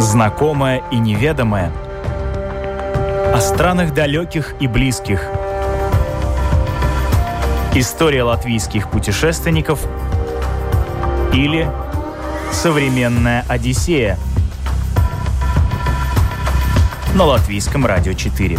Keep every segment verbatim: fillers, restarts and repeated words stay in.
Знакомое и неведомое. О странах далеких и близких. История латвийских путешественников или современная Одиссея. На Латвийском радио четыре.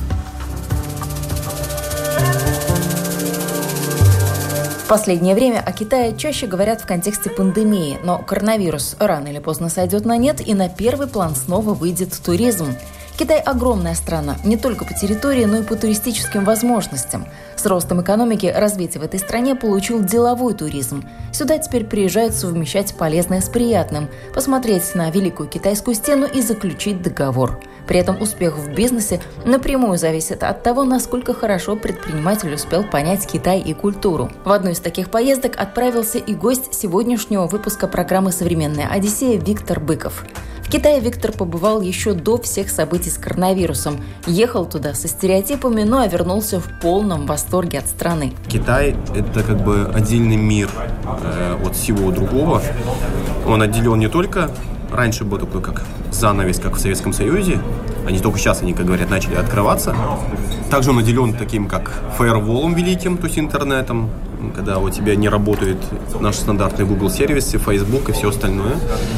В последнее время о Китае чаще говорят в контексте пандемии, но коронавирус рано или поздно сойдет на нет, и на первый план снова выйдет туризм. Китай – огромная страна, не только по территории, но и по туристическим возможностям. С ростом экономики развитие в этой стране получил деловой туризм. Сюда теперь приезжают совмещать полезное с приятным, посмотреть на Великую Китайскую стену и заключить договор. При этом успех в бизнесе напрямую зависит от того, насколько хорошо предприниматель успел понять Китай и культуру. В одну из таких поездок отправился и гость сегодняшнего выпуска программы «Современная Одиссея» Виктор Быков. В Китае Виктор побывал еще до всех событий с коронавирусом. Ехал туда со стереотипами, ну а вернулся в полном восторге от страны. Китай – это как бы отдельный мир э, от всего другого. Он отделен не только… Раньше был такой как занавес, как в Советском Союзе. Они только сейчас, они, как говорят, начали открываться. Также он отделен таким, как фаерволом великим, то есть интернетом, когда у тебя не работают наши стандартные Google сервисы, Facebook и все остальное.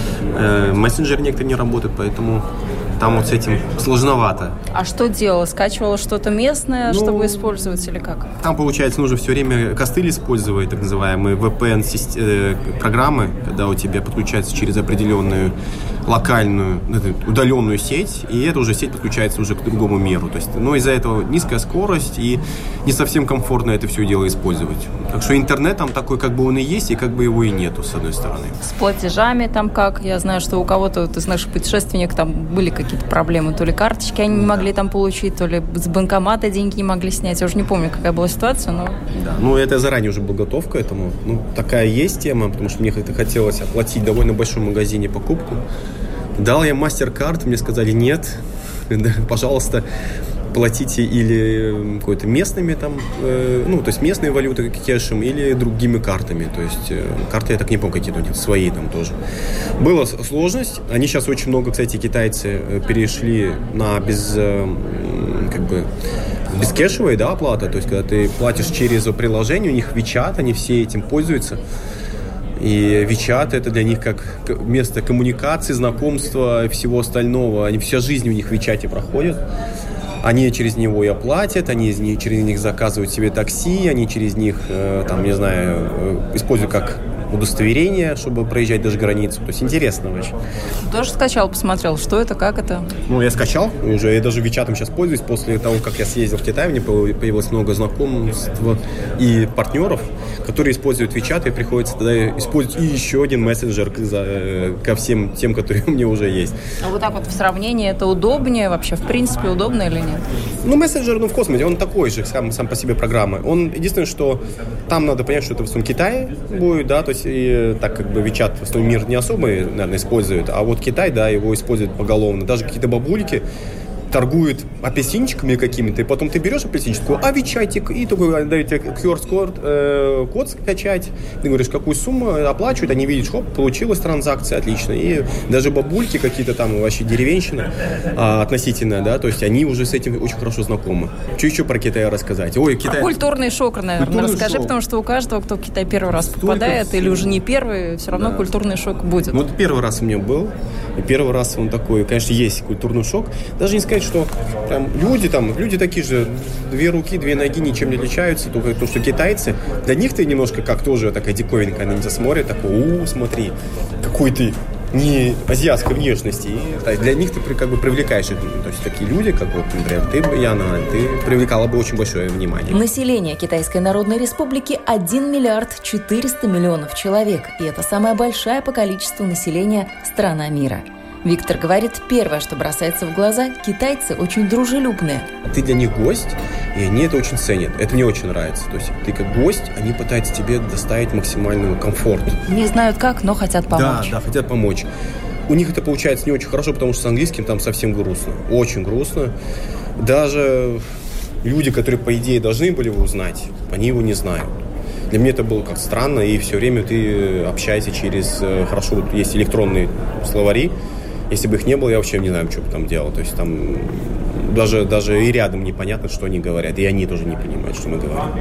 Э, мессенджеры некоторые не работают, поэтому там вот с этим сложновато. А что делала? Скачивала что-то местное, ну, чтобы использовать или как? Там, получается, нужно все время костыль использовать, так называемые ви пи эн-программы, когда у тебя подключается через определенную локальную, удаленную сеть, и эта уже сеть подключается уже к другому миру. То есть, но из-за этого низкая скорость, и не совсем комфортно это все дело использовать. Так что интернет там такой, как бы он и есть, и как бы его и нету, с одной стороны. С платежами там как? Я знаю, что у кого-то вот из наших путешественников там были какие-то проблемы. То ли карточки они не могли там получить, то ли с банкомата деньги не могли снять. Я уже не помню, какая была ситуация, но… Да, ну это я заранее уже был готов к этому. Ну, такая есть тема, потому что мне это хотелось оплатить в довольно большом магазине покупку. Дал я мастер-карт, мне сказали нет, пожалуйста, платите или какой-то местными там, э, ну, то есть местной валютой, кэшем, или другими картами. То есть э, карты, я так не помню, какие-то нет, свои там тоже. Была сложность. Они сейчас очень много, кстати, китайцы перешли на без, э, как бы, бескэшевая, да, оплата. То есть, когда ты платишь через приложение, у них WeChat, они все этим пользуются. И WeChat – это для них как место коммуникации, знакомства и всего остального. Они, вся жизнь у них в WeChat проходит. Они через него и оплатят, они через них заказывают себе такси, они через них, там, не знаю, используют как удостоверение, чтобы проезжать даже границу. То есть интересно вообще. Тоже скачал, посмотрел, что это, как это? Ну, я скачал уже, я даже WeChat сейчас пользуюсь. После того, как я съездил в Китай, мне появилось много знакомств и партнеров, которые используют WeChat, и приходится тогда использовать и еще один мессенджер ко всем тем, которые у меня уже есть. А вот так вот в сравнении это удобнее вообще? В принципе, удобно или нет? Ну, мессенджер, ну, в космосе, он такой же, сам, сам по себе программа. Он, единственное, что там надо понять, что это в основном Китае будет, да, то есть и так как бы WeChat в основном мир не особо, наверное, использует, а вот Китай, да, его использует поголовно. Даже какие-то бабульки торгуют апельсинчиками какими-то, и потом ты берешь апельсинчик, а WeChatик, и такой дают тебе ку ар-код, э, код скачать, ты говоришь, какую сумму оплачивают, они видят, хоп, получилась транзакция, отлично. И даже бабульки какие-то там, вообще деревенщины а, относительно, да, то есть они уже с этим очень хорошо знакомы. Что еще про Китай рассказать? Ой, Китай... А культурный шок, наверное, культурный расскажи, шок. Потому что у каждого, кто в Китай первый раз Столько попадает, всего. Или уже не первый, все равно да. культурный шок будет. Ну, вот первый раз у меня был, и первый раз он такой, конечно, есть культурный шок. Даже не сказать, что там люди там, люди такие же, две руки, две ноги ничем не отличаются, только то, что китайцы, для них ты немножко как тоже такая диковинка, они тебя смотрят, такой, у, смотри, какой ты не азиатской внешности, и для них ты как бы привлекаешь их, то есть такие люди, как вот, например, ты, Яна, ты привлекала бы очень большое внимание. Население Китайской Народной Республики один миллиард четыреста миллионов человек, и это самая большая по количеству населения страна мира. Виктор говорит, первое, что бросается в глаза, китайцы очень дружелюбные. Ты для них гость, и они это очень ценят. Это мне очень нравится. То есть ты как гость, они пытаются тебе доставить максимальный комфорт. Не знают как, но хотят помочь. Да, да, хотят помочь. У них это получается не очень хорошо, потому что с английским там совсем грустно. Очень грустно. Даже люди, которые, по идее, должны были его узнать, они его не знают. Для меня это было как странно, и все время ты общаешься через... Хорошо, вот есть электронные словари, Если бы их не было, я вообще не знаю, что бы там делал. То есть там даже, даже и рядом непонятно, что они говорят. И они тоже не понимают, что мы говорим.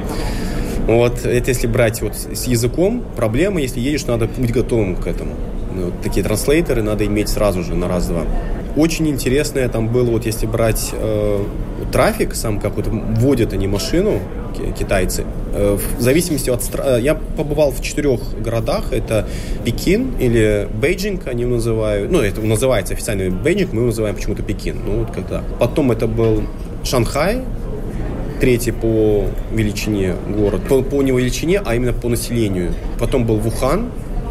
Вот это если брать вот с языком, проблема, если едешь, надо быть готовым к этому. Вот такие транслейтеры надо иметь сразу же на раз-два. Очень интересное там было, вот если брать э, трафик, сам как вот вводят они машину, китайцы, э, в зависимости от страны. Я побывал в четырех городах, это Пекин или Бейджинг, они его называют, ну, это называется официально Бейджинг, мы его называем почему-то Пекин. Ну, вот когда. Потом это был Шанхай, третий по величине город, по, по не величине, а именно по населению. Потом был Вухан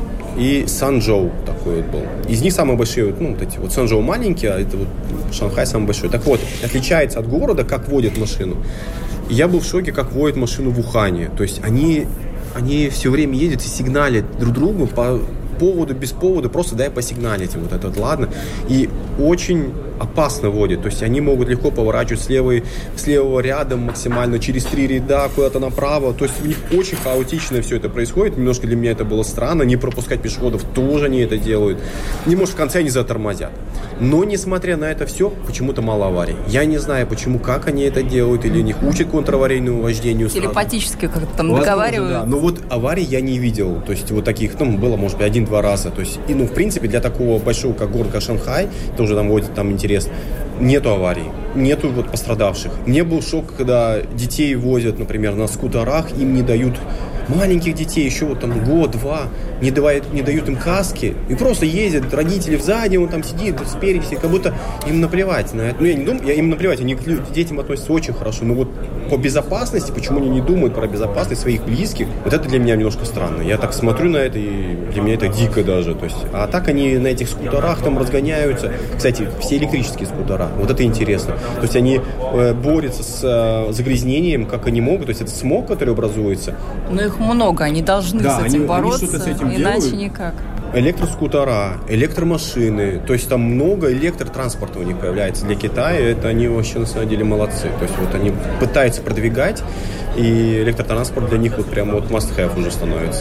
и Санчжоу такой вот был. Из них самые большие, ну, вот эти вот Санчжоу маленькие, а это вот Шанхай самый большой. Так вот, отличается от города, как водят машину. И я был в шоке, как водят машину в Ухане. То есть они, они все время ездят и сигналят друг другу по поводу, без повода, просто дай посигналить. Вот это вот, ладно. И очень опасно водят. То есть они могут легко поворачивать с, левой, с левого ряда максимально через три ряда куда-то направо. То есть у них очень хаотично все это происходит. Немножко для меня это было странно. Не пропускать пешеходов тоже они это делают. И, может, в конце они затормозят. Но, несмотря на это все, почему-то мало аварий. Я не знаю, почему, как они это делают. Или у них учат контраварийному вождению. Телепатически как-то там договаривают. Да. Но вот аварий я не видел. То есть вот таких, ну, было, может быть, один-два раза. То есть, и, ну, в принципе, для такого большого, как город, как Шанхай, тоже там водят, там интересно. Нету аварий, нету вот пострадавших. Мне был шок, когда детей возят, например, на скутерах, им не дают маленьких детей, еще вот там год-два, не дают, не дают им каски, и просто ездят, родители сзади, он там сидит, спереди, как будто им наплевать на это. Ну, я не думаю, я им наплевать, они к детям относятся очень хорошо, но вот по безопасности, почему они не думают про безопасность своих близких, вот это для меня немножко странно. Я так смотрю на это, и для меня это дико даже. То есть, а так они на этих скутерах там разгоняются. Кстати, все электрические скутера, вот это интересно. То есть они э, борются с э, загрязнением, как они могут, то есть это смог, который образуется. Но их много, они должны да, с этим они, бороться, они с этим иначе делают. Никак. Электроскутера, электромашины, то есть там много электротранспорта у них появляется для Китая, это они вообще на самом деле молодцы, то есть вот они пытаются продвигать, и электротранспорт для них вот прям вот must have уже становится.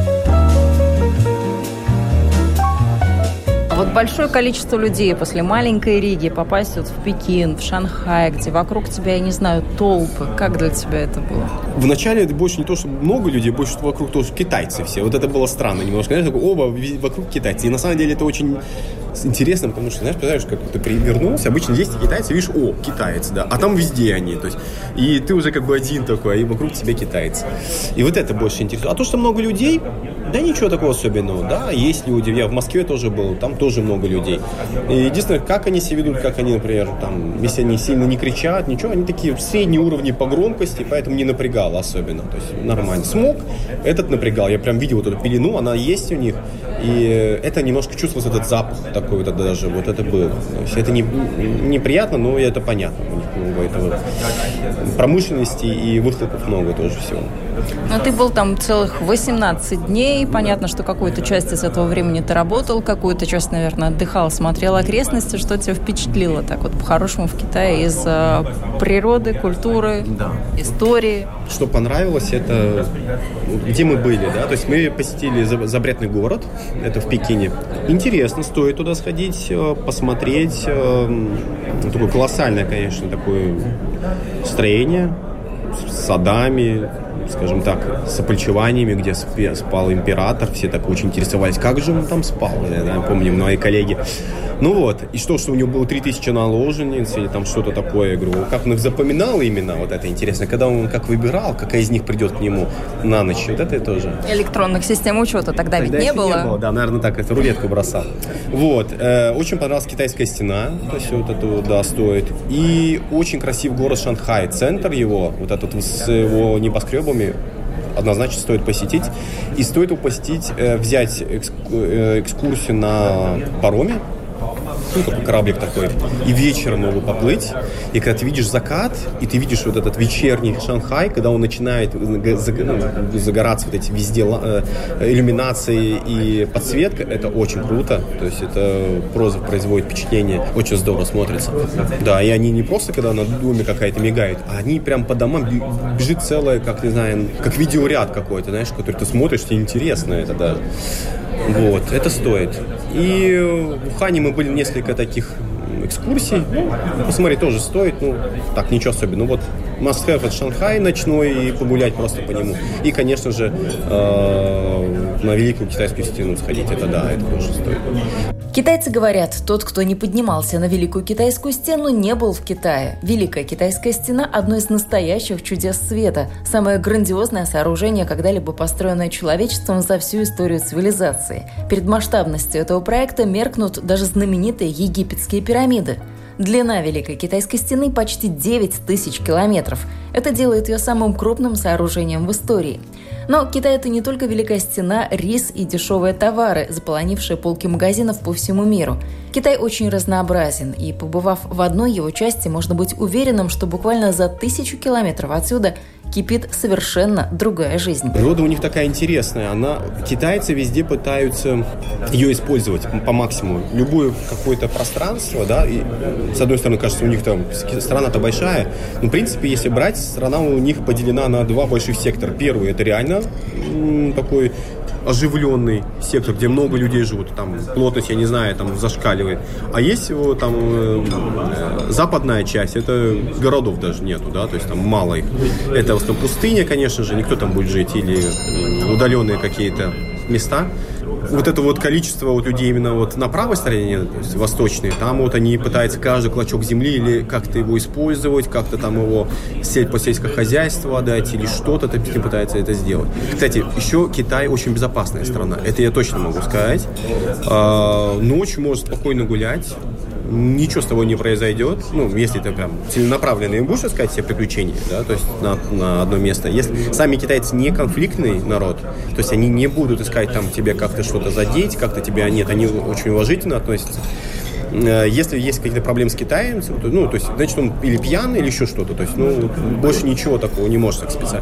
Вот большое количество людей после маленькой Риги попасть вот в Пекин, в Шанхай, где вокруг тебя, я не знаю, толпы. Как для тебя это было? Вначале это больше не то, что много людей, больше что вокруг тоже китайцы все. Вот это было странно немножко. Знаешь, такое, оба вокруг китайцы. И на самом деле это очень интересно, потому что, знаешь, представляешь, как ты вернулся, обычно есть китайцы, видишь, о, китаец, да, а там везде они, то есть, и ты уже как бы один такой, и вокруг тебя китайцы. И вот это больше интересует. А то, что много людей, да ничего такого особенного, да, есть люди, я в Москве тоже был, там тоже много людей. И единственное, как они себя ведут, как они, например, там, если они сильно не кричат, ничего, они такие средние уровни по громкости, поэтому не напрягало особенно, то есть нормально. Смог, этот напрягал, я прям видел вот эту пелену, она есть у них, и это немножко чувствовался этот запах такой вот это даже, вот это было. То есть это не, неприятно, но это понятно, у них много этого промышленности и выхлопов много тоже всего. Но ты был там целых восемнадцать дней. Понятно, что какую-то часть из этого времени ты работал, какую-то часть, наверное, отдыхал, смотрел окрестности. Что тебя впечатлило так вот по-хорошему в Китае из э, природы, культуры, да. истории? Что понравилось, это где мы были, да? То есть мы посетили запретный город, это в Пекине. Интересно, стоит туда сходить, посмотреть. Такое колоссальное, конечно, такое строение с садами, скажем так, с опольчеваниями, где спал император. Все так очень интересовались, как же он там спал. Я помню, мои коллеги. Ну вот, и что, что у него было три тысячи наложниц или там что-то такое. Я говорю, как он их запоминал именно, вот это интересно. Когда он как выбирал, какая из них придет к нему на ночь, вот это тоже. Электронных систем учета тогда, тогда ведь не было. не было. Да, наверное, так, это рулетку бросал. Вот, э, очень понравилась китайская стена, то есть вот это, да, стоит. И очень красивый город Шанхай, центр его, вот этот с его небоскребами, однозначно стоит посетить. И стоит его посетить, э, взять экску- экскурсию на пароме, ну, такой кораблик такой, и вечером его поплыть, и когда ты видишь закат, и ты видишь вот этот вечерний Шанхай, когда он начинает загораться вот эти везде иллюминации и подсветка, это очень круто, то есть это просто производит впечатление, очень здорово смотрится. Да, и они не просто, когда на доме какая-то мигает, а они прям по домам бежит целое, как, не знаю, как видеоряд какой-то, знаешь, который ты смотришь, тебе интересно это даже. Вот, это стоит. И в Ухане мы были несколько таких экскурсий. Ну, посмотреть тоже стоит. Ну, так, ничего особенного. Ну, вот must-have — это Шанхай ночной, и погулять просто по нему. И, конечно же, э, на Великую Китайскую стену сходить. Это да, это тоже стоит. Китайцы говорят, тот, кто не поднимался на Великую Китайскую стену, не был в Китае. Великая Китайская стена – одно из настоящих чудес света. Самое грандиозное сооружение, когда-либо построенное человечеством за всю историю цивилизации. Перед масштабностью этого проекта меркнут даже знаменитые египетские пирамиды. Длина Великой Китайской стены почти девять тысяч километров. Это делает ее самым крупным сооружением в истории. Но Китай – это не только Великая стена, рис и дешевые товары, заполонившие полки магазинов по всему миру. Китай очень разнообразен, и, побывав в одной его части, можно быть уверенным, что буквально за тысячу километров отсюда кипит совершенно другая жизнь. Природа у них такая интересная. Она, китайцы везде пытаются ее использовать по максимуму. Любое какое-то пространство, да, и, с одной стороны, кажется, у них там страна-то большая, но, в принципе, если брать, страна у них поделена на два больших сектора. Первый – это реально м, такой оживленный сектор, где много людей живут, там плотность, я не знаю, там зашкаливает. А есть вот, там э, западная часть, это городов даже нету, да, то есть там мало их. Это в основном пустыня, конечно же, никто там будет жить, или удаленные какие-то места. Вот это вот количество вот людей именно вот на правой стороне, то есть восточной, там вот они пытаются каждый клочок земли или как-то его использовать, как-то там его по сельское хозяйство отдать или что-то там пытаются это сделать. Кстати, еще Китай очень безопасная страна, это я точно могу сказать. Ночью можно спокойно гулять, ничего с тобой не произойдет, ну, если ты прям целенаправленно и будешь искать себе приключения, да, то есть на, на одно место. Если сами китайцы не конфликтный народ, то есть они не будут искать там тебе как-то что-то задеть, как-то тебя нет, они очень уважительно относятся. Если есть какие-то проблемы с китайцем, то, ну, то есть, значит, он или пьяный, или еще что-то. То есть, ну, больше ничего такого не может так списать.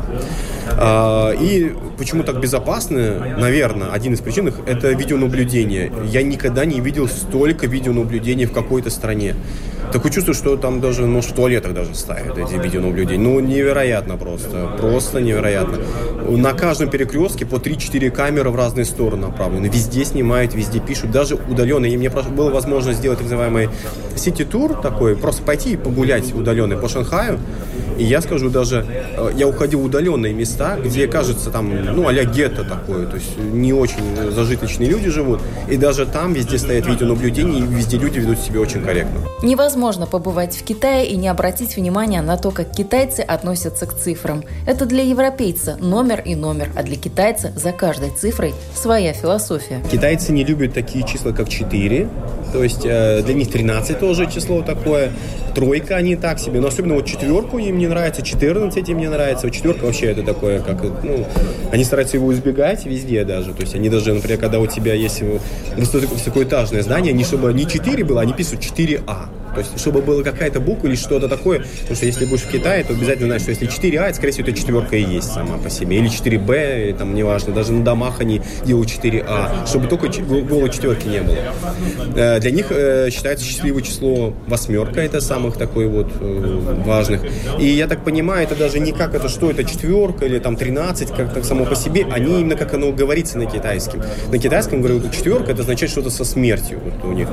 И почему так безопасно, наверное, один из причин – это видеонаблюдение. Я никогда не видел столько видеонаблюдений в какой-то стране. Такое чувство, что там даже, может, в туалетах даже ставят эти видеонаблюдения. Ну, невероятно просто. Просто невероятно. На каждом перекрестке по три-четыре камеры в разные стороны направлены. Везде снимают, везде пишут. Даже удаленно. И мне была возможность сделать так называемый сити-тур такой, просто пойти и погулять удаленный по Шанхаю. И я скажу, даже я уходил в удаленные места, где, кажется, там, ну, а-ля гетто такое, то есть не очень зажиточные люди живут. И даже там везде стоят видеонаблюдения, и везде люди ведут себя очень корректно. Невозможно побывать в Китае и не обратить внимания на то, как китайцы относятся к цифрам. Это для европейца номер и номер, а для китайца за каждой цифрой своя философия. Китайцы не любят такие числа, как четыре, то есть э, для них тринадцать тоже число такое, тройка они так себе, но особенно вот четверку им не нравится, четырнадцать им не нравится, вот четверка вообще это такое, как, ну, они стараются его избегать везде даже, то есть они даже, например, когда у тебя есть высокоэтажное здание, не чтобы не четыре было, они пишут четыре а. То есть, чтобы была какая-то буква или что-то такое, потому что если будешь в Китае, то обязательно знаешь, что если четыре а, это, скорее всего, это четверка и есть сама по себе. Или четыре бэ, там, неважно, даже на домах они делают четыре а, чтобы только голой четверки не было. Для них считается счастливое число восьмерка, это самых такой вот важных. И я так понимаю, это даже не как это, что это четверка или там тринадцать, как так само по себе, они именно как оно говорится на китайском. На китайском, говорю, четверка, это означает что-то со смертью вот у них.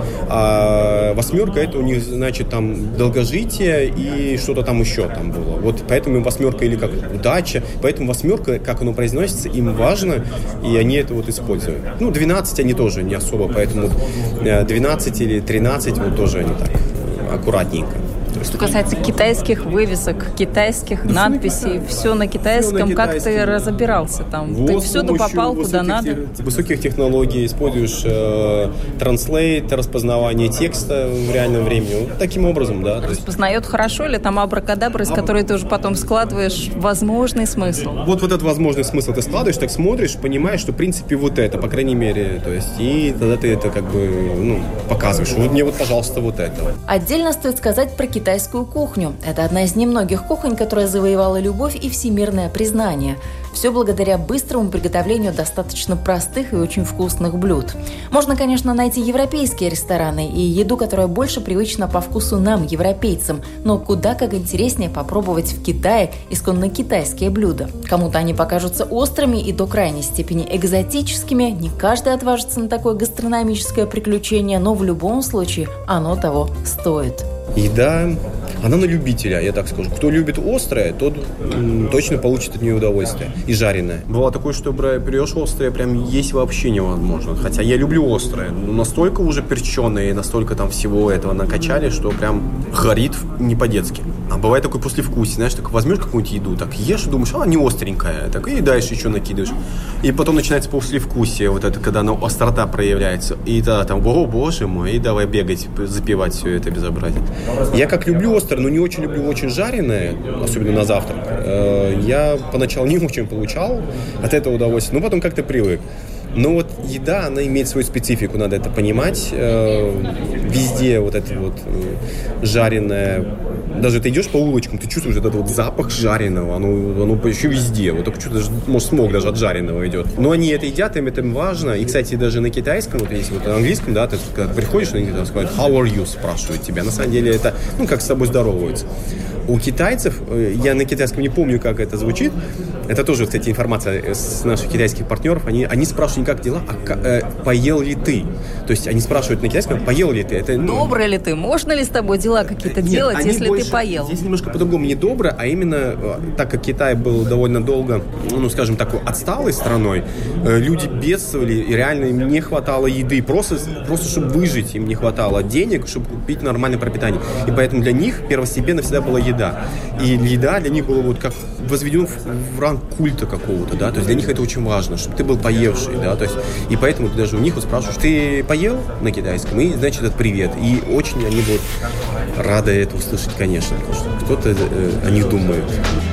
А восьмерка, это у них значит, там долгожитие и что-то там еще там было. Вот поэтому им восьмерка или как удача. Поэтому восьмерка, как оно произносится, им важно, и они это вот используют. Ну, двенадцать они тоже не особо, поэтому двенадцать или тринадцать вот тоже они так аккуратненько. Что касается китайских вывесок, китайских да, надписей, все на китайском, все на как китайском. Ты разобирался там? Вот, ты всюду попал, куда надо? Высоких технологий используешь э, транслейт, распознавание текста в реальном времени. Вот таким образом, да. Распознает хорошо или там абракадабра, из Аб... которой ты уже потом складываешь возможный смысл? Вот, вот этот возможный смысл ты складываешь, так смотришь, понимаешь, что в принципе вот это, по крайней мере, то есть, и тогда ты это как бы, ну, показываешь. Вот мне вот, пожалуйста, вот это. Отдельно стоит сказать про Китай. китайскую кухню. Это одна из немногих кухонь, которая завоевала любовь и всемирное признание. Все благодаря быстрому приготовлению достаточно простых и очень вкусных блюд. Можно, конечно, найти европейские рестораны и еду, которая больше привычна по вкусу нам, европейцам, но куда как интереснее попробовать в Китае исконно китайские блюда. Кому-то они покажутся острыми и до крайней степени экзотическими, не каждый отважится на такое гастрономическое приключение, но в любом случае оно того стоит. Еда, она на любителя, я так скажу. Кто любит острое, тот м, точно получит от нее удовольствие. И жареное. Бывало такое, что берешь острое, прям есть вообще невозможно. Хотя я люблю острое. Но настолько уже перченое и настолько там всего этого накачали, что прям горит не по-детски. А бывает такое послевкусие, знаешь, так возьмешь какую-нибудь еду, так ешь и думаешь, а, не остренькая. Так и дальше еще накидываешь. И потом начинается послевкусие, вот это, когда она, острота проявляется. И да, там, о, боже мой, и давай бегать, запивать все это безобразие. Я как люблю острое, но не очень люблю очень жареное, особенно на завтрак. Я поначалу не очень получал от этого удовольствия, но потом как-то привык. Но вот еда, она имеет свою специфику, надо это понимать. Везде вот это вот жареное. Даже ты идешь по улочкам, ты чувствуешь этот вот запах жареного, оно, оно еще везде. Вот только что даже, может, смог даже от жареного идет. Но они это едят, им это важно. И, кстати, даже на китайском, вот если вот на английском, да, ты когда приходишь, они там говорят, how are you, спрашивают тебя. На самом деле это, ну, как с тобой здороваются. У китайцев, я на китайском не помню, как это звучит, это тоже, кстати, информация с наших китайских партнеров, они, они спрашивают не как дела, а э, поел ли ты? То есть они спрашивают на китайском, поел ли ты? Это, ну, добрый ли ты? Можно ли с тобой дела какие-то Нет, делать, если больше, ты поел? Здесь немножко по-другому, не добро, а именно, так как Китай был довольно долго, ну, скажем, такой отсталой страной, люди бедствовали, и реально им не хватало еды, просто, просто чтобы выжить, им не хватало денег, чтобы купить нормальное пропитание. И поэтому для них первостепенно всегда была еда. И еда для них была вот как возведен в, в ранг культа какого-то, да, то есть для них это очень важно, чтобы ты был поевший, да, то есть, и поэтому ты даже у них вот спрашиваешь, ты поел на китайском, и, значит, это привет, и очень они будут рады это услышать, конечно, потому что кто-то э, о них думает.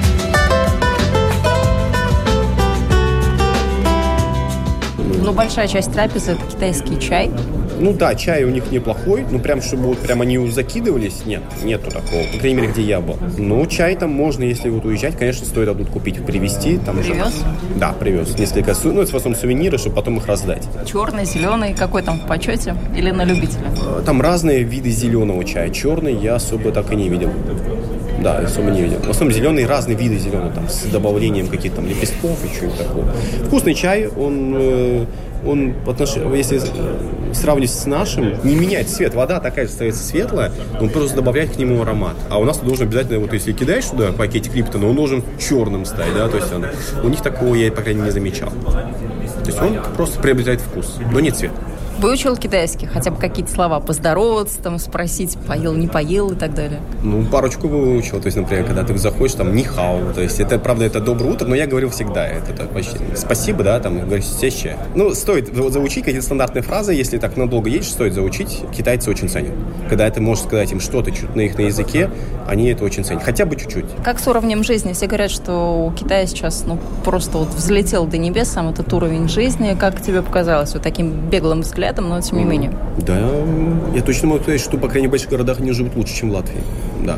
Ну, большая часть трапезы – это китайский чай. Ну да, чай у них неплохой, ну прям, чтобы вот прям они закидывались, нет, нету такого, по крайней мере, где я был. Ну, чай там можно, если вот уезжать, конечно, стоит тут купить, привезти. Там привез? Уже... Да, привез. Несколько, ну, это в основном сувениры, чтобы потом их раздать. Черный, зеленый, какой там в почете или на любителя? Там разные виды зеленого чая. Черный я особо так и не видел. Да, особо не видел. В основном зеленые, разные виды зеленого, там, с добавлением каких-то там лепестков и чего-нибудь такого. Вкусный чай, он... он, если сравнивать с нашим, не меняет цвет. Вода такая же остается светлая, он просто добавляет к нему аромат. А у нас должен обязательно, вот если кидаешь туда пакетик Липтона, он должен черным стать, да, то есть он, у них такого я, по крайней мере, не замечал. То есть он просто приобретает вкус, но не цвет. Выучил китайский? Хотя бы какие-то слова поздороваться, там, спросить, поел, не поел и так далее? Ну, парочку выучил. То есть, например, когда ты заходишь, там, нихао. То есть, это, правда, это доброе утро, но я говорил всегда. Это, это почти спасибо, да, там, говорю, сеще. Ну, стоит заучить какие-то стандартные фразы. Если так надолго едешь, стоит заучить. Китайцы очень ценят. Когда ты можешь сказать им что-то на их на языке, они это очень ценят. Хотя бы чуть-чуть. Как с уровнем жизни? Все говорят, что у Китая сейчас, ну, просто вот взлетел до небес сам этот уровень жизни. Как тебе показалось? Вот таким беглым взглядом, но тем не менее. Да, я точно могу сказать, что, по крайней мере, в больших городах они живут лучше, чем в Латвии. Да.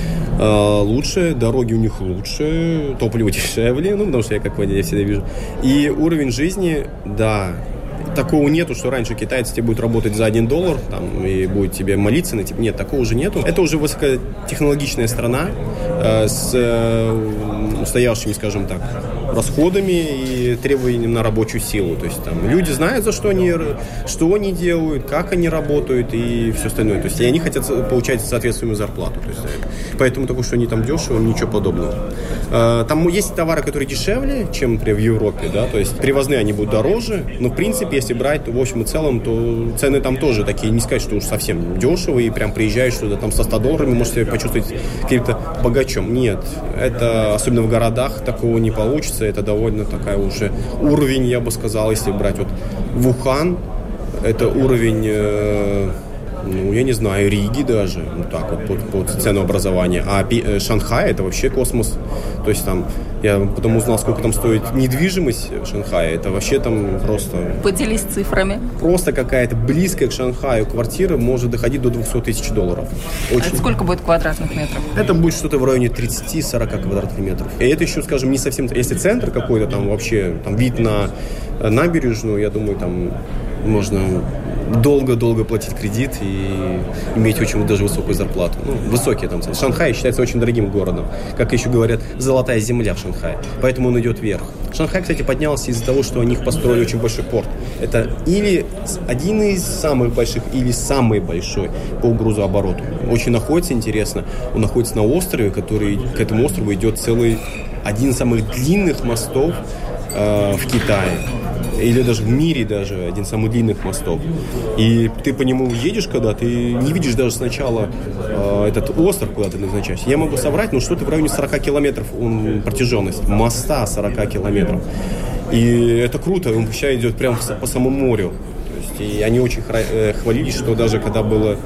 А, лучше, дороги у них лучше, топливо дешевле, ну, потому что я, как водитель, всегда вижу. И уровень жизни, да, такого нету, что раньше китайцы тебе будут работать за один доллар там, и будет тебе молиться на тебя. Нет, такого уже нету. Это уже высокотехнологичная страна э, с э, устоявшими, скажем так, расходами и требованием на рабочую силу. То есть там люди знают, за что они, что они делают, как они работают и все остальное. То есть и они хотят получать соответствующую зарплату. То есть, поэтому такое, что они там дешево, ничего подобного. Э, там есть товары, которые дешевле, чем, например, в Европе, да, то есть привозные они будут дороже, но в принципе, если брать, то в общем и целом, то цены там тоже такие, не сказать, что уж совсем дешево, и прям приезжаешь туда там со ста долларами, можешь себя почувствовать каким-то богачом. Нет, это, особенно в городах, такого не получится, это довольно такая уже уровень, я бы сказал, если брать вот Вухан, это уровень, э, ну, я не знаю, Риги даже, вот так вот, под, под ценообразование. А Пи- Шанхай – это вообще космос. То есть там, я потом узнал, сколько там стоит недвижимость в Шанхае. Это вообще там просто… Поделись цифрами. Просто какая-то близкая к Шанхаю квартира может доходить до двести тысяч долларов. Очень. Это сколько будет квадратных метров? Это будет что-то в районе тридцать-сорок квадратных метров. И это еще, скажем, не совсем… Если центр какой-то, там вообще там вид на набережную, я думаю, там можно долго-долго платить кредит и иметь очень даже высокую зарплату. Ну, высокие там цены. Шанхай считается очень дорогим городом. Как еще говорят, золотая земля в Шанхае. Поэтому он идет вверх. Шанхай, кстати, поднялся из-за того, что у них построили очень большой порт. Это или один из самых больших, или самый большой по грузообороту. Очень находится, интересно. Он находится на острове, который к этому острову идет целый один из самых длинных мостов э, в Китае. Или даже в мире даже один из самых длинных мостов. И ты по нему едешь, когда ты не видишь даже сначала э, этот остров, куда ты назначаешься. Я могу соврать, но что-то в районе сорок километров он, протяженность моста сорок километров. И это круто, он вообще идет прямо по самому морю. То есть, и они очень хвалились, что даже когда было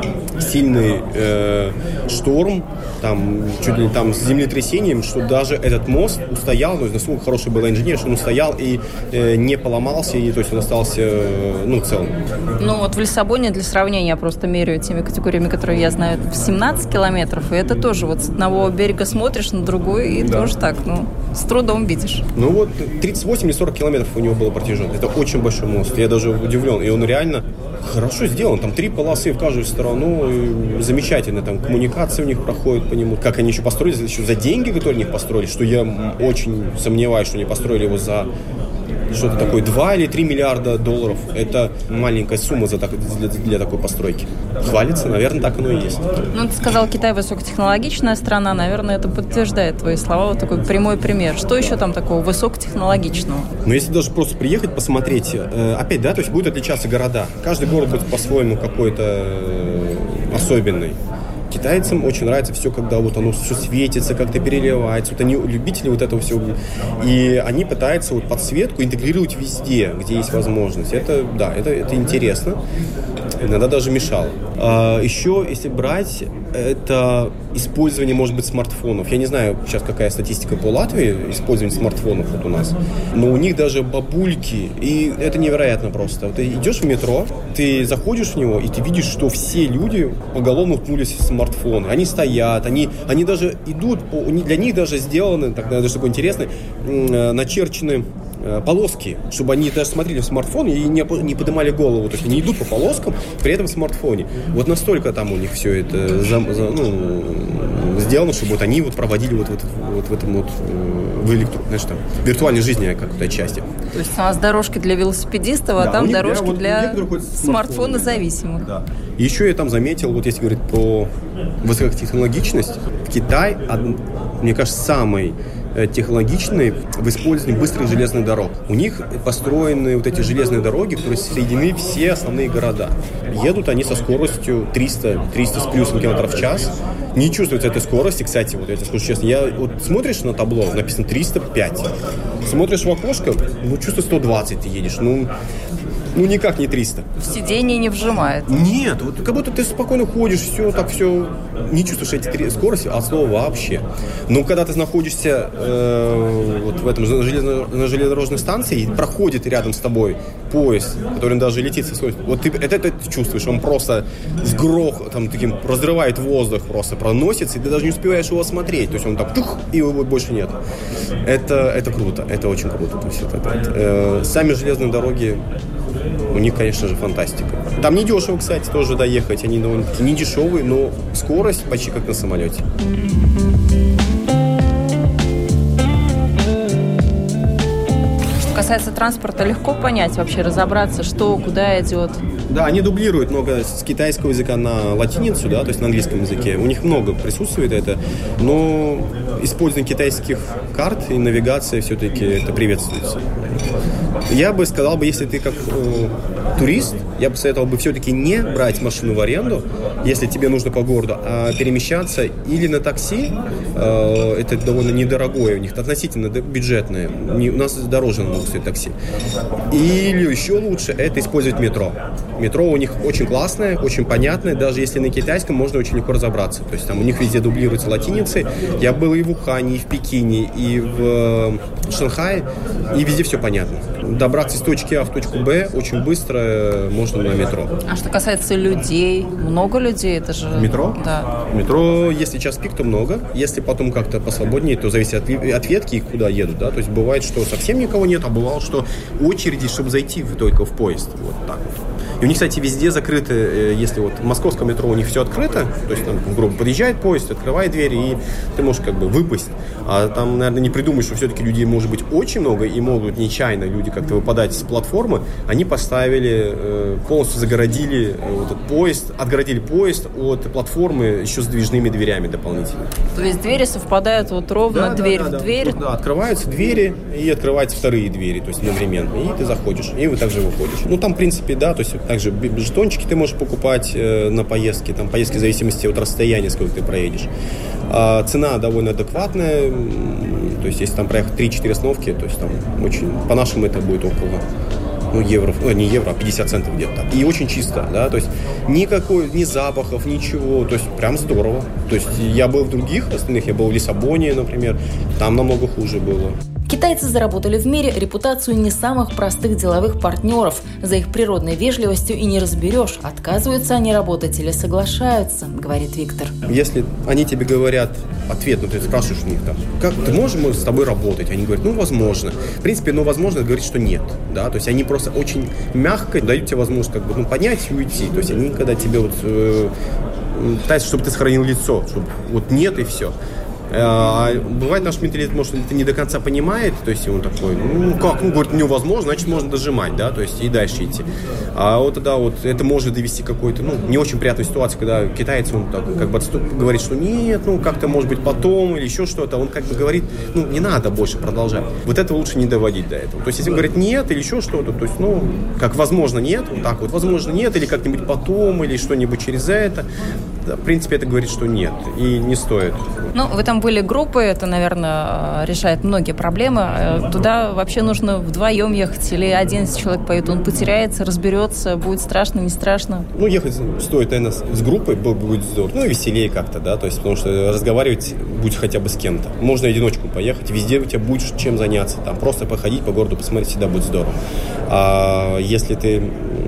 сильный э, шторм, там, чуть ли не там с землетрясением, что даже этот мост устоял, ну, насколько хороший был инженер, что он устоял и э, не поломался, и то есть он остался э, ну, целым. Ну вот в Лиссабоне, для сравнения, я просто меряю теми категориями, которые я знаю, семнадцать километров, и это тоже вот с одного берега смотришь на другой, и да. тоже так, ну, с трудом видишь. Ну вот тридцать восемь или сорок километров у него было протяженность. Это очень большой мост, я даже удивлен, и он реально хорошо сделан, там три полосы в каждую сторону, замечательно, там коммуникация у них проходит по нему, как они еще построили, еще за деньги, которые они построили, что я очень сомневаюсь, что они построили его за что-то такое, два или три миллиарда долларов. Это маленькая сумма за так, для, для такой постройки. Хвалится, наверное, так оно и есть. Ну, ты сказал, Китай высокотехнологичная страна, наверное, это подтверждает твои слова, вот такой прямой пример. Что еще там такого высокотехнологичного? Ну, если даже просто приехать, посмотреть, э, опять, да, то есть будут отличаться города. Каждый город будет по-своему какой-то э, особенный. Китайцам очень нравится все, когда вот оно все светится, как-то переливается. Вот они любители вот этого всего. И они пытаются вот подсветку интегрировать везде, где есть возможность. Это, да, это, это интересно. Иногда даже мешало. А еще, если брать, это использование, может быть, смартфонов. Я не знаю сейчас, какая статистика по Латвии, использование смартфонов вот у нас. Но у них даже бабульки. И это невероятно просто. Вот ты идешь в метро, ты заходишь в него, и ты видишь, что все люди поголовно уткнулись в смартфоны. Они стоят, они, они даже идут, для них даже сделаны, так, даже такое интересное, начерчены полоски, чтобы они даже смотрели в смартфон и не, не поднимали голову. То есть они идут по полоскам, при этом в смартфоне. Вот настолько там у них все это за, за, ну, сделано, чтобы вот они вот проводили вот, вот, вот в этом вот в электро, знаешь, там, виртуальной жизни какой-то части. То есть у нас дорожки для велосипедистов, а да, там дорожки вот для смартфона зависимых. Да. Еще я там заметил, вот если говорить про высокотехнологичность, в Китае, мне кажется, самый технологичные в использовании быстрых железных дорог. У них построены вот эти железные дороги, которые соединены все основные города. Едут они со скоростью триста, триста с плюсом километров в час. Не чувствуется этой скорости, кстати, вот я тебе скажу честно. Я, вот смотришь на табло, написано триста пять. Смотришь в окошко, ну, чувствуешь сто двадцать ты едешь. Ну, ну никак не триста. В сиденье не вжимает. Нет, вот как будто ты спокойно ходишь, все так все, не чувствуешь эти три скорости, от слова вообще. Но когда ты находишься э, вот в этом железно, на железнодорожной станции, и проходит рядом с тобой поезд, который даже летит со скоростью, вот ты это, это ты чувствуешь, он просто с грохотом таким разрывает воздух, просто проносится, и ты даже не успеваешь его осмотреть, то есть он так чух, и его больше нет. Это, это круто, это очень круто. То есть это, это, э, сами железные дороги, у них, конечно же, фантастика. Там не дешево, кстати, тоже доехать. Они довольно-таки не дешевые, но скорость почти как на самолете. Что касается транспорта, легко понять, вообще разобраться, что, куда идет? Да, они дублируют много с китайского языка на латиницу, да, то есть на английском языке. У них много присутствует это, но использование китайских карт и навигация все-таки это приветствуется. Я бы сказал, бы, если ты как э, турист, я бы советовал бы все-таки не брать машину в аренду, если тебе нужно по городу, а перемещаться или на такси, э, это довольно недорогое у них, относительно бюджетное, не, у нас дороже намного стоит такси. Или еще лучше это использовать метро. Метро у них очень классное, очень понятное. Даже если на китайском, можно очень легко разобраться. То есть там у них везде дублируются латиницы. Я был и в Ухане, и в Пекине, и в Шанхае, и везде все понятно. Добраться из точки А в точку Б очень быстро можно на метро. А что касается людей, много людей, это же... Метро? Да. Метро, если час пик, то много. Если потом как-то посвободнее, то зависит от, от ветки и куда едут, да. То есть бывает, что совсем никого нет, а бывало, что очереди, чтобы зайти только в поезд. Вот так вот. И у них, кстати, везде закрыты, если вот в московском метро у них все открыто, то есть там, грубо, подъезжает поезд, открывает двери, и ты можешь как бы выпасть. А там, наверное, не придумаешь, что все-таки людей может быть очень много, и могут нечаянно люди как-то выпадать с платформы. Они поставили, полностью загородили вот этот поезд, отгородили поезд от платформы еще с движными дверями дополнительно. То есть двери совпадают вот ровно, да, дверь да, да, в дверь? Да, да, открываются двери, и открываются вторые двери, то есть одновременно. И ты заходишь, и вы также выходишь. Ну, там, в принципе, да, то есть также жетончики ты можешь покупать э, на поездки. Там поездки в зависимости от расстояния, сколько ты проедешь. А цена довольно адекватная. То есть, если там проехать три-четыре остановки, то есть там очень... По-нашему это будет около... Ну, евро, ну, не евро, а пятьдесят центов где-то так. И очень чисто, да, то есть никакой, ни запахов, ничего, то есть прям здорово. То есть я был в других остальных, я был в Лиссабоне, например, там намного хуже было. Китайцы заработали в мире репутацию не самых простых деловых партнеров. За их природной вежливостью и не разберешь, отказываются они работать или соглашаются, говорит Виктор. Если они тебе говорят ответ, ну ты спрашиваешь у них там, как ты можешь с тобой работать? Они говорят, ну возможно. В принципе, ну возможно, говорит, что нет. Да? То есть они просто очень мягко дают тебе возможность как бы, ну, поднять и уйти. То есть они никогда тебе вот э, пытаются, чтобы ты сохранил лицо, чтобы вот нет и все. А бывает, наш менталитет, может, это не до конца понимает, то есть он такой, ну как, ну, говорит, невозможно, значит, можно дожимать, да, то есть и дальше идти. А вот тогда вот это может довести к какой-то, ну, не очень приятной ситуации, когда китаец, он так, как бы отступ, говорит, что нет, ну, как-то, может быть, потом или еще что-то, он как бы говорит, ну, не надо больше продолжать. Вот это лучше не доводить до этого. То есть, если он говорит нет или еще что-то, то есть, ну, как возможно нет, вот так вот, возможно нет, или как-нибудь потом, или что-нибудь через это, да, в принципе, это говорит, что нет, и не стоит. Ну, вы там были группы, это, наверное, решает многие проблемы. Туда вообще нужно вдвоем ехать или один человек поедет, он потеряется, разберется, будет страшно, не страшно? Ну, ехать стоит, наверное, с группой, будет здорово, ну, веселее как-то, да, то есть, потому что разговаривать будет хотя бы с кем-то. Можно одиночку поехать, везде у тебя будет чем заняться, там, просто походить по городу, посмотреть, всегда будет здорово. А если ты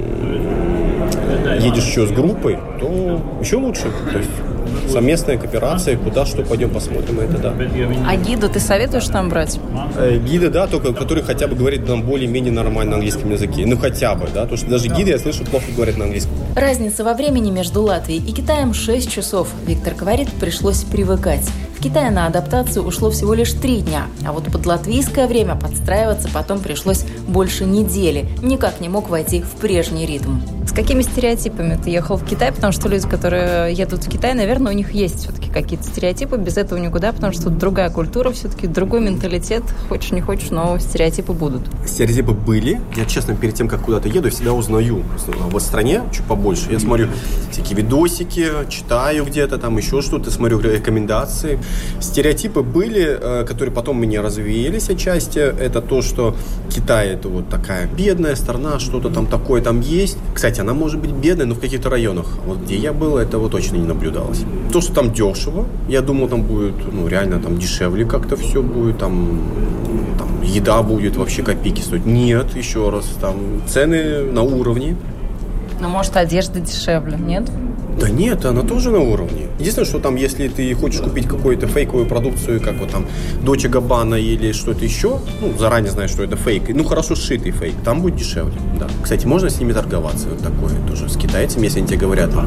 едешь еще с группой, то еще лучше, то есть совместная кооперация, куда что, пойдем посмотрим, это да. А гида ты советуешь там брать? Э, гида, да, только который хотя бы говорит нам более-менее нормально на английском языке. Ну, хотя бы, да, потому что даже гиды, я слышу, плохо говорят на английском. Разница во времени между Латвией и Китаем шесть часов. Виктор говорит, пришлось привыкать. В Китае на адаптацию ушло всего лишь три дня, а вот под латвийское время подстраиваться потом пришлось больше недели. Никак не мог войти в прежний ритм. С какими стереотипами ты ехал в Китай? Потому что люди, которые едут в Китай, наверное, у них есть все-таки какие-то стереотипы. Без этого никуда, потому что тут другая культура, все-таки другой менталитет. Хочешь, не хочешь, но стереотипы будут. Стереотипы были. Я, честно, перед тем, как куда-то еду, всегда узнаю. В стране чуть побольше. Я смотрю всякие видосики, читаю где-то там еще что-то, смотрю рекомендации. Стереотипы были, которые потом мне развеялись отчасти. Это то, что Китай – это вот такая бедная страна, что-то там такое там есть. Кстати, она может быть бедной, но в каких-то районах. Вот где я был, этого точно не наблюдалось. То, что там дешево, я думал, там будет, ну, реально там дешевле как-то все будет, там, там еда будет вообще копейки стоить. Нет, еще раз, там цены на уровне. Ну, может, одежда дешевле, нет? Да нет, она тоже на уровне. Единственное, что там, если ты хочешь купить какую-то фейковую продукцию, как вот там Dolce Gabbana или что-то еще, ну, заранее знаешь, что это фейк, ну, хорошо сшитый фейк, там будет дешевле, да. Кстати, можно с ними торговаться, вот такое тоже, с китайцами, если они тебе говорят, там,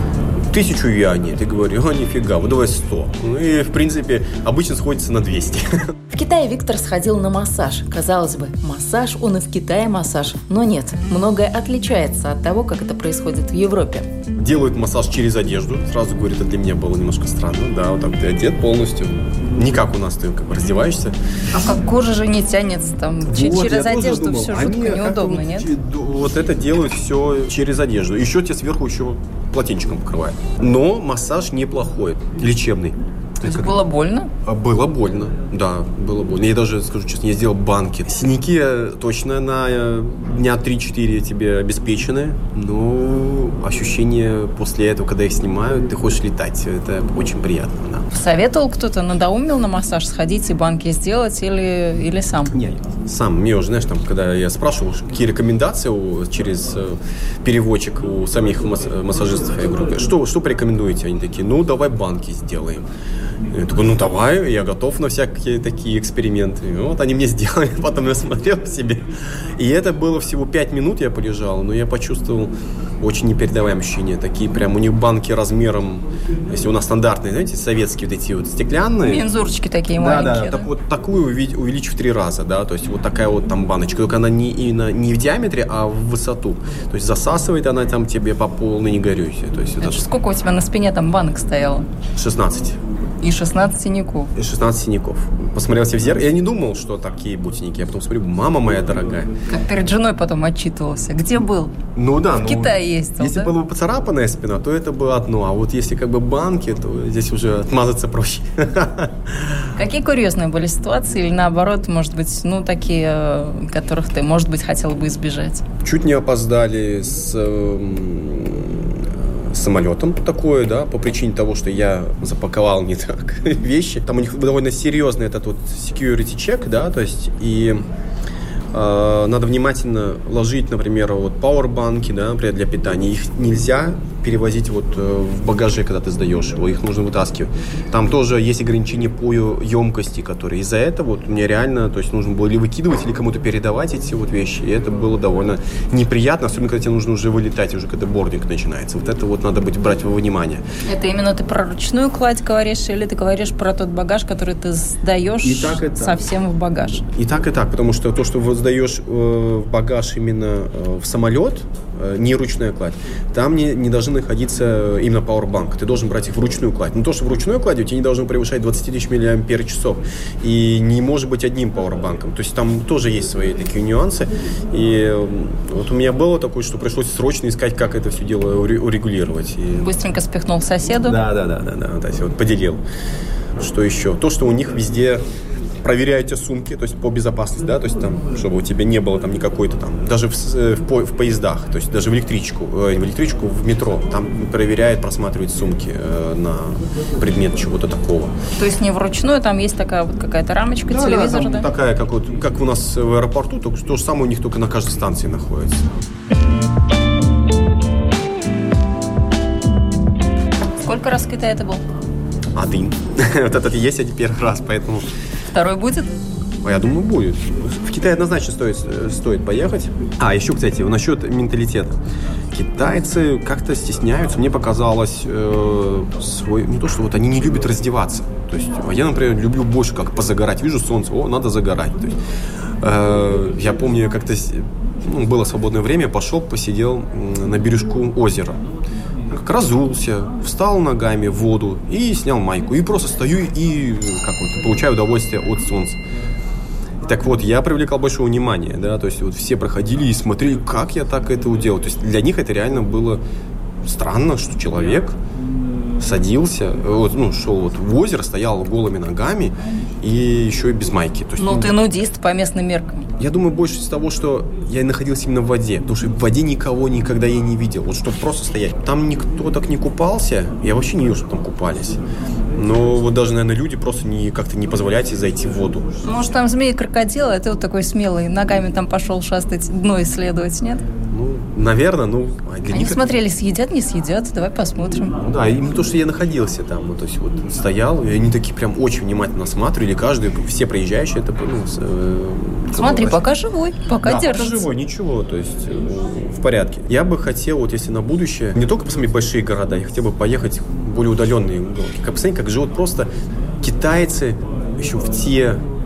тысячу юаней, ты говоришь, о, нифига, вот давай сто. Ну, и, в принципе, обычно сходится на двести. В Китае Виктор сходил на массаж. Казалось бы, массаж, он и в Китае массаж. Но нет, многое отличается от того, как это происходит в Европе. Делают массаж через одежду. Сразу говорит, это для меня было немножко странно. Да, вот так ты одет полностью. Не как у нас, ты как бы раздеваешься. А как кожа же не тянется там вот, через одежду, все жутко Они, неудобно, вот, нет? Вот это делают все через одежду. Еще тебе сверху еще полотенчиком покрывают. Но массаж неплохой, лечебный. То есть было больно? Было больно, да, было больно. Я даже, скажу честно, я сделал банки. Синяки точно на дня три-четыре тебе обеспечены, но ощущение после этого, когда их снимают, ты хочешь летать. Это очень приятно, да. Советовал кто-то, надоумил на массаж сходить и банки сделать или, или сам? Нет, сам. Мне уже, знаешь, там, когда я спрашивал, какие рекомендации у, через э, переводчик у самих масс- массажистов, я говорю, что, что порекомендуете? Они такие, ну, давай банки сделаем. Я такой, ну давай, я готов на всякие такие эксперименты. И вот они мне сделали, потом я смотрел по себе. И это было всего пять минут, я полежал, но я почувствовал очень непередаваемые ощущения. Такие прям, у них банки размером, если у нас стандартные, знаете, советские вот эти вот стеклянные. Мензурочки такие да, маленькие. Да, да, так вот такую увеличив в три раза, да, то есть вот такая вот там баночка, только она не, именно, не в диаметре, а в высоту. То есть засасывает она там тебе по полной, не горюйся. То есть это это... Сколько у тебя на спине там банок стояло? шестнадцать. И шестнадцать синяков. И шестнадцать синяков. Посмотрелся в зеркало. Я не думал, что такие будут синяки. Я потом смотрю, мама моя дорогая. Как перед женой потом отчитывался. Где был? Ну да. В ну, Китае ездил, Если да? была бы поцарапанная спина, то это было одно. А вот если как бы банки, то здесь уже отмазаться проще. Какие курьезные были ситуации? Или наоборот, может быть, ну такие, которых ты, может быть, хотел бы избежать? Чуть не опоздали с... самолетом такое, да, по причине того, что я запаковал не так вещи. Там у них довольно серьезный этот вот security check, да, то есть и э, надо внимательно ложить, например, вот пауэрбанки, да, например, для питания. Их нельзя перевозить вот э, в багаже, когда ты сдаешь его, их нужно вытаскивать. Там тоже есть ограничения по емкости, которые из-за этого вот мне реально, то есть нужно было или выкидывать, или кому-то передавать эти вот вещи, и это было довольно неприятно, особенно когда тебе нужно уже вылетать, уже когда бординг начинается. Вот это вот надо быть брать во внимание. Это именно ты про ручную кладь говоришь, или ты говоришь про тот багаж, который ты сдаешь и так, и так. совсем в багаж? И так, и так, потому что то, что вы сдаешь э, в багаж именно э, в самолет, э, не ручная кладь, там не, не должны находиться именно пауэрбанк. Ты должен брать их в ручную кладь. Но то, что в ручную кладь, у тебя не должно превышать двадцать тысяч миллиампер-часов. И не может быть одним пауэрбанком. То есть там тоже есть свои такие нюансы. И вот у меня было такое, что пришлось срочно искать, как это все дело урегулировать. И... Быстренько спихнул соседу. Да, да, да, да, да. То есть вот поделил. Что еще? То, что у них везде проверяете сумки, то есть по безопасности, да, то есть там, чтобы у тебя не было там никакой-то там, даже в, в, по, в поездах, то есть даже в электричку, э, в электричку, в метро, там проверяет, просматривает сумки э, на предмет чего-то такого. То есть не вручную, там есть такая вот какая-то рамочка, да, телевизор, да? Да, такая, как, вот, как у нас в аэропорту, то, то же самое у них только на каждой станции находится. Сколько раз в Китае ты был? Один. Вот этот и есть один первый раз, поэтому... Второй будет? Я думаю, будет. В Китай однозначно стоит, стоит поехать. А, еще, кстати, насчет менталитета. Китайцы как-то стесняются. Мне показалось, э, свой, не то, что вот они не любят раздеваться. То есть я, например, люблю больше как позагорать. Вижу солнце, о, надо загорать. То есть, э, я помню, как-то ну, было свободное время, пошел, посидел на бережку озера. Как разулся, встал ногами в воду и снял майку. И просто стою и как вот, получаю удовольствие от солнца. Так вот, я привлекал большое внимание, да, то есть вот все проходили и смотрели, как я так это уделал. То есть для них это реально было странно, что человек садился, вот, ну, шел вот в озеро, стоял голыми ногами и еще и без майки. То есть, ну, ты нудист по местным меркам. Я думаю, больше из того, что я находился именно в воде, потому что в воде никого никогда я не видел, вот чтобы просто стоять. Там никто так не купался, я вообще не видел, что там купались. Но вот даже, наверное, люди просто не, как-то не позволяют зайти в воду. Может, там змеи-крокодилы, а ты вот такой смелый, ногами там пошел шастать, дно исследовать, нет? Ну, наверное, ну... Для Они них смотрели, это... съедят, не съедят, давай посмотрим. Ну да, именно то, что я находился там, ну, то есть вот стоял, и они такие прям очень внимательно осматривали, каждый, все проезжающие, это, ну, э, смотри, пока живой, пока да, держится. пока живой, ничего, то есть э, в порядке. Я бы хотел, вот если на будущее, не только посмотреть большие города, я хотел бы поехать в более удаленные уголки. Как посмотреть, как живут просто китайцы еще в те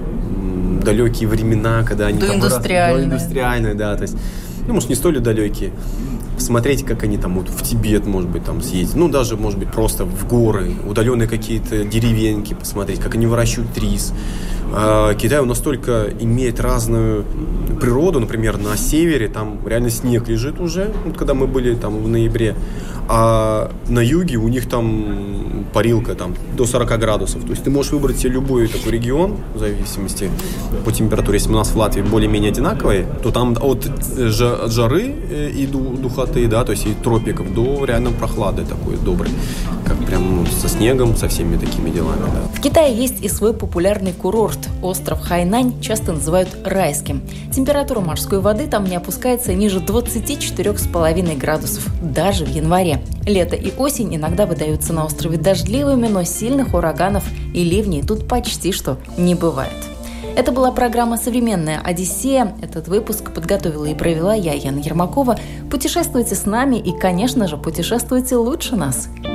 м, далекие времена, когда они... Доиндустриальные. Доиндустриальные, да, то есть, ну, может, не столь далекие. Смотреть, как они там вот в Тибет, может быть, там съездить. Ну, даже, может быть, просто в горы, удаленные какие-то деревеньки посмотреть, как они выращивают рис. А, Китай он настолько имеет разную природу, например, на севере там реально снег лежит уже, вот когда мы были там в ноябре, а на юге у них там парилка там до сорок градусов. То есть ты можешь выбрать себе любой такой регион, в зависимости по температуре. Если у нас в Латвии более-менее одинаковые, то там от жары и духоты, да, то есть и тропиков до реально прохлады такой доброй, как прям ну, со снегом, со всеми такими делами. Да. В Китае есть и свой популярный курорт. Остров Хайнань часто называют райским. Температура морской воды там не опускается ниже двадцати четырёх с половиной градусов, даже в январе. Лето и осень иногда выдаются на острове дождливыми, но сильных ураганов и ливней тут почти что не бывает. Это была программа «Современная Одиссея». Этот выпуск подготовила и провела я, Яна Ермакова. Путешествуйте с нами и, конечно же, путешествуйте лучше нас.